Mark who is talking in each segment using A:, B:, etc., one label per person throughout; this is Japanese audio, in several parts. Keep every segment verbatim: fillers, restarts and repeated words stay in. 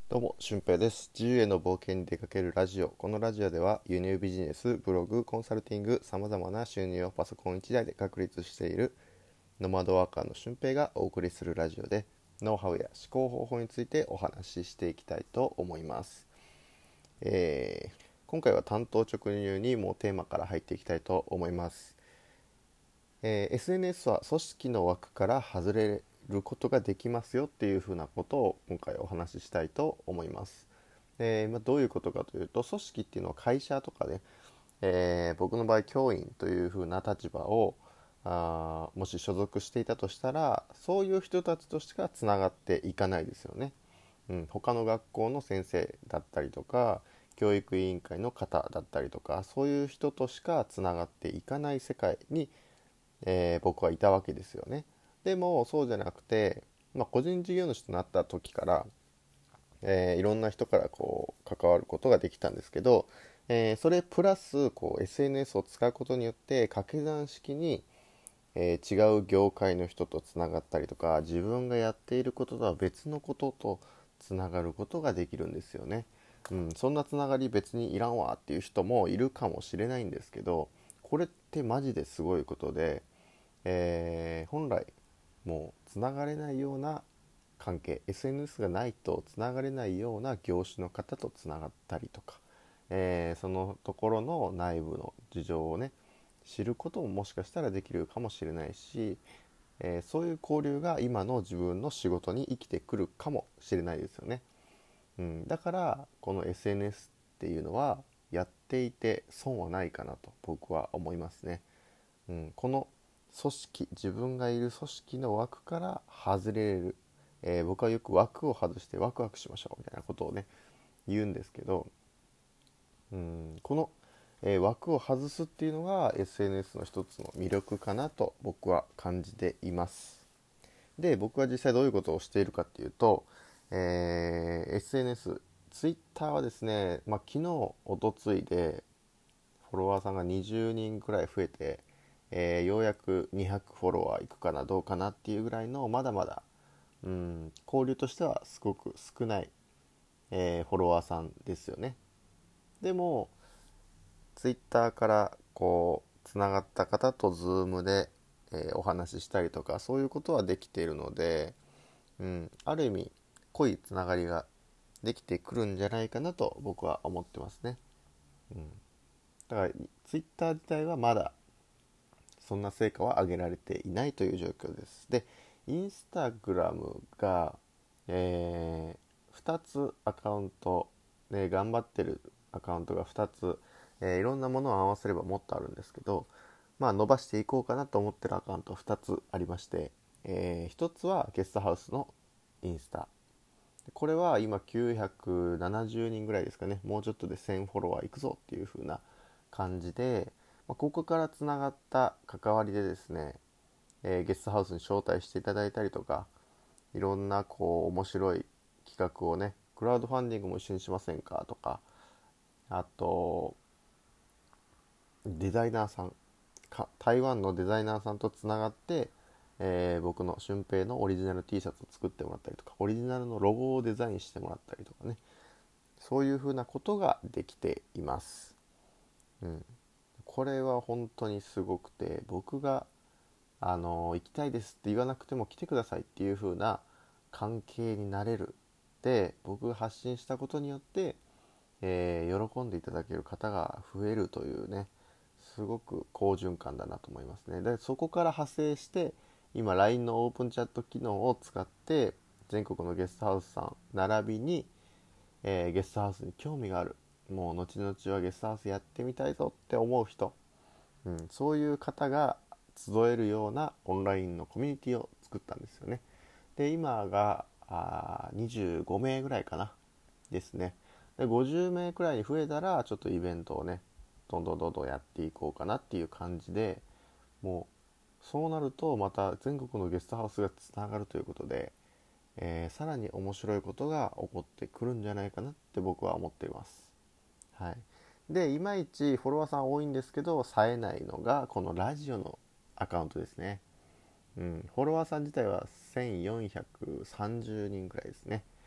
A: どうも、俊平です。自由への冒険に出かけるラジオ。このラジオでは輸入ビジネス、ブログ、コンサルティング、様々な収入をパソコンいちだいで確立しているノマドワーカーの俊平がお送りするラジオで、ノウハウや思考方法についてお話ししていきたいと思います。えー今回は単刀直入にもうテーマから入っていきたいと思います。えー エスエヌエス は組織の枠から外れることができますよっていうふうなことを今回お話ししたいと思います。えーまあ、どういうことかというと、組織っていうのは会社とかで、えー僕の場合教員というふうな立場をあもし所属していたとしたら、そういう人たちとしかつながっていかないですよね。うん、他の学校の先生だったりとか教育委員会の方だったりとか、そういう人としかつながっていかない世界に、えー僕はいたわけですよね。でもそうじゃなくて、まあ、個人事業主となった時から、えーいろんな人からこう関わることができたんですけど、えーそれプラスこう エスエヌエス を使うことによって掛け算式に、えー違う業界の人とつながったりとか、自分がやっていることとは別のこととつながることができるんですよね。うん、そんなつながり別にいらんわっていう人もいるかもしれないんですけど、これってマジですごいことで、えー本来もうつながれないような関係、 エスエヌエス がないとつながれないような業種の方とつながったりとか、えーそのところの内部の事情をね知ることももしかしたらできるかもしれないし、えーそういう交流が今の自分の仕事に生きてくるかもしれないですよね。うん、だからこの エスエヌエス っていうのはやっていて損はないかなと僕は思いますね。うん、この組織、自分がいる組織の枠から外れる、えー僕はよく枠を外してワクワクしましょうみたいなことをね言うんですけど、うん、この、えー枠を外すっていうのが エスエヌエス の一つの魅力かなと僕は感じています。で、僕は実際どういうことをしているかっていうと、えー エスエヌエス、Twitter はですね、まあ、昨日おとついでフォロワーさんがにじゅうにんくらい増えて、えーようやくにひゃくフォロワーいくかなどうかなっていうぐらいの、まだまだ、うん、交流としてはすごく少ない、えーフォロワーさんですよね。でもツイッターからこうつながった方とズームで、えーお話ししたりとか、そういうことはできているので、うん、ある意味濃いつながりができてくるんじゃないかなと僕は思ってますね。うん、だからツイッター自体はまだそんな成果は上げられていないという状況です。で、インスタグラムが、えー、ふたつアカウント、ね、頑張ってるアカウントがふたつ、えーいろんなものを合わせればもっとあるんですけど、まあ伸ばしていこうかなと思ってるアカウントふたつありまして、えー、ひとつはゲストハウスのインスタ。これは今きゅうひゃくななじゅうにんぐらいですかね。もうちょっとでせんフォロワーいくぞっていう風な感じで、まあ、ここからつながった関わりでですね、えーゲストハウスに招待していただいたりとか、いろんなこう面白い企画をね、クラウドファンディングも一緒にしませんかとか、あとデザイナーさんか、台湾のデザイナーさんとつながって、えー僕の俊平のオリジナル T シャツを作ってもらったりとか、オリジナルのロゴをデザインしてもらったりとかね、そういうふうなことができています。うん、これは本当にすごくて、僕があの行きたいですって言わなくても来てくださいっていう風な関係になれる。で、僕が発信したことによって、えー喜んでいただける方が増えるというね、すごく好循環だなと思いますね。で、そこから派生して今 ライン のオープンチャット機能を使って全国のゲストハウスさん並びに、えーゲストハウスに興味がある、もう後々はゲストハウスやってみたいぞって思う人、うん、そういう方が集えるようなオンラインのコミュニティを作ったんですよね。で、今があにじゅうごめいぐらいかなですね。で、ごじゅうめいくらいに増えたらちょっとイベントをねどんどんどんどんやっていこうかなっていう感じで、もうそうなるとまた全国のゲストハウスがつながるということで、えーさらに面白いことが起こってくるんじゃないかなって僕は思っています。はい。で、いまいちフォロワーさん多いんですけど冴えないのがこのラジオのアカウントですね。うん、フォロワーさん自体はせんよんひゃくさんじゅうにんくらいですね。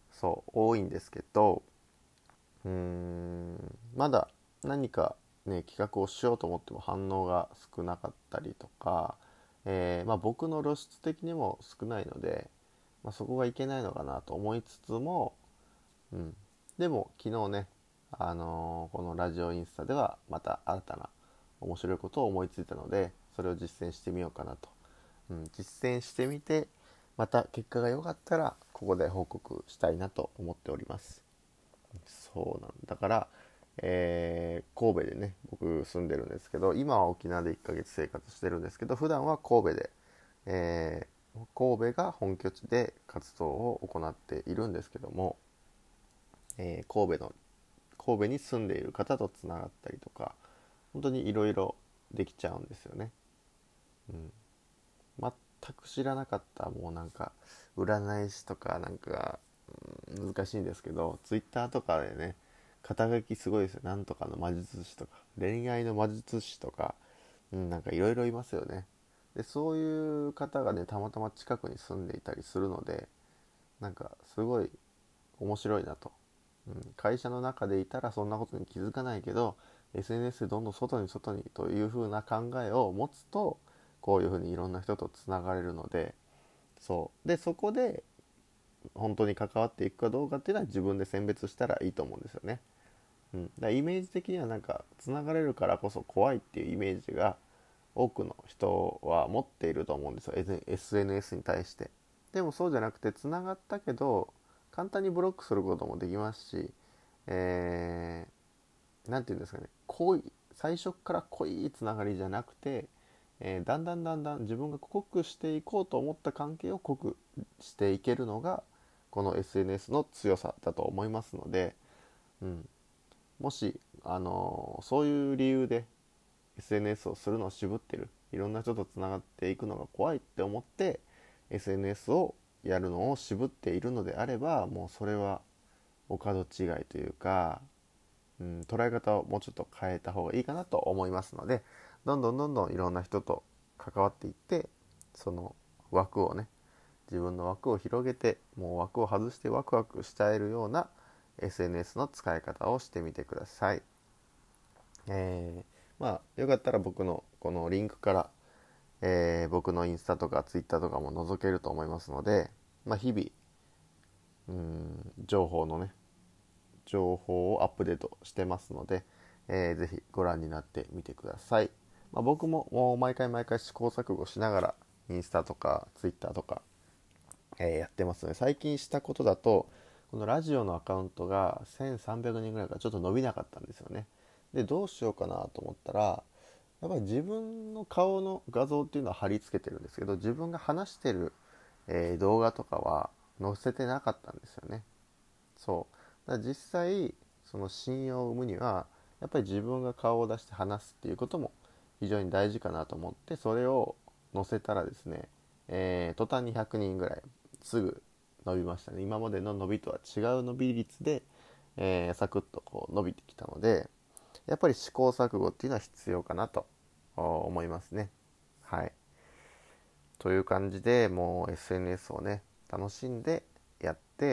A: そう多いんですけど、うーんまだ何かね企画をしようと思っても反応が少なかったりとか、えーまあ、僕の露出的にも少ないので、まあ、そこがいけないのかなと思いつつも、うん、でも昨日ね、あのーこのラジオインスタではまた新たな面白いことを思いついたので、それを実践してみようかなと、うん、実践してみてまた結果が良かったらここで報告したいなと思っております。そうなんだから、えー神戸でね僕住んでるんですけど、今は沖縄でいっかげつ生活してるんですけど、普段は神戸で、えー神戸が本拠地で活動を行っているんですけども、えー神戸の神戸に住んでいる方とつながったりとか、本当にいろいろできちゃうんですよね。うん、全く知らなかったもうなんか占い師とかなんか、うん、難しいんですけど、ツイッターとかでね肩書きすごいですよ。なんとかの魔術師とか恋愛の魔術師とか、うん、なんかいろいろいますよね。でそういう方がねたまたま近くに住んでいたりするので、なんかすごい面白いなと、うん、会社の中でいたらそんなことに気づかないけど エスエヌエス でどんどん外に外にという風な考えを持つと、こういう風にいろんな人とつながれるので、そうでそこで本当に関わっていくかどうかっていうのは自分で選別したらいいと思うんですよね。うん、だからイメージ的にはなんかつながれるからこそ怖いっていうイメージが多くの人は持っていると思うんですよ、 エスエヌエス に対して。でもそうじゃなくて、つながったけど簡単にブロックすることもできますし、えー、なんていうんですかね、濃い最初から濃いつながりじゃなくて、えーだんだんだんだん自分が濃くしていこうと思った関係を濃くしていけるのがこの エスエヌエス の強さだと思いますので、うん、もし、あのーそういう理由で エスエヌエス をするのを渋ってる、いろんな人とつながっていくのが怖いって思って エスエヌエス をやるのを渋っているのであれば、もうそれはお門違いというか、うん、捉え方をもうちょっと変えた方がいいかなと思いますので、どんどんどんどんいろんな人と関わっていって、その枠をね、自分の枠を広げて、もう枠を外してワクワクしちゃえるような エスエヌエス の使い方をしてみてください。えー、まあよかったら僕のこのリンクから、えー僕のインスタとかツイッターとかも覗けると思いますので、まあ、日々うーん情報のね情報をアップデートしてますので、えーぜひご覧になってみてください。まあ、僕ももう毎回毎回試行錯誤しながらインスタとかツイッターとか、えーやってますので、最近したことだと、このラジオのアカウントがせんさんびゃくにんぐらいからちょっと伸びなかったんですよね。でどうしようかなと思ったら、やっぱり自分の顔の画像っていうのは貼り付けてるんですけど、自分が話してる、えー動画とかは載せてなかったんですよね。そうだから実際その信用を生むにはやっぱり自分が顔を出して話すっていうことも非常に大事かなと思って、それを載せたらですね、えー、途端にひゃくにんぐらいすぐ伸びましたね。今までの伸びとは違う伸び率で、えー、サクッとこう伸びてきたので、やっぱり試行錯誤っていうのは必要かなと思いますね。はい。という感じで、もう エスエヌエス をね楽しんでやって、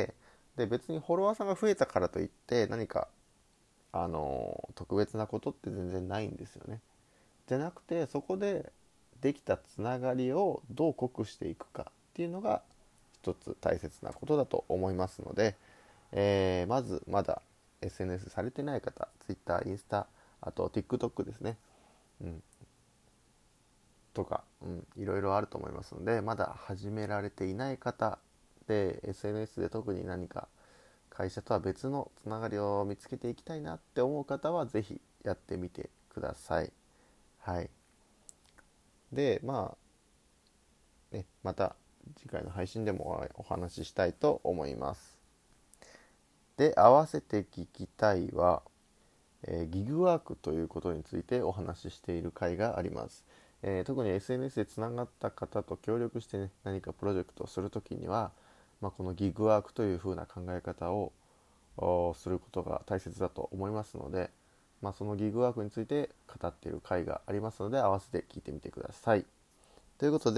A: で別にフォロワーさんが増えたからといって何かあの特別なことって全然ないんですよね。じゃなくて、そこでできたつながりをどう濃くしていくかっていうのが一つ大切なことだと思いますので、えーまずまだ エスエヌエス されてない方、Twitter、インスタ、あと TikTok ですね、うん、とか、うん、いろいろあると思いますので、まだ始められていない方で エスエヌエス で特に何か会社とは別のつながりを見つけていきたいなって思う方はぜひやってみてください。はい。で、まあね、また次回の配信でもお話ししたいと思います。で、合わせて聞きたいは、えーギグワークということについてお話ししている回があります。えー特に エスエヌエス でつながった方と協力して、ね、何かプロジェクトをするときには、まあ、このギグワークという風な考え方をすることが大切だと思いますので、まあ、そのギグワークについて語っている回がありますので、合わせて聞いてみてください。ということで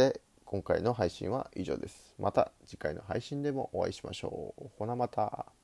A: 今回の配信は以上です。また次回の配信でもお会いしましょう。ほなまた。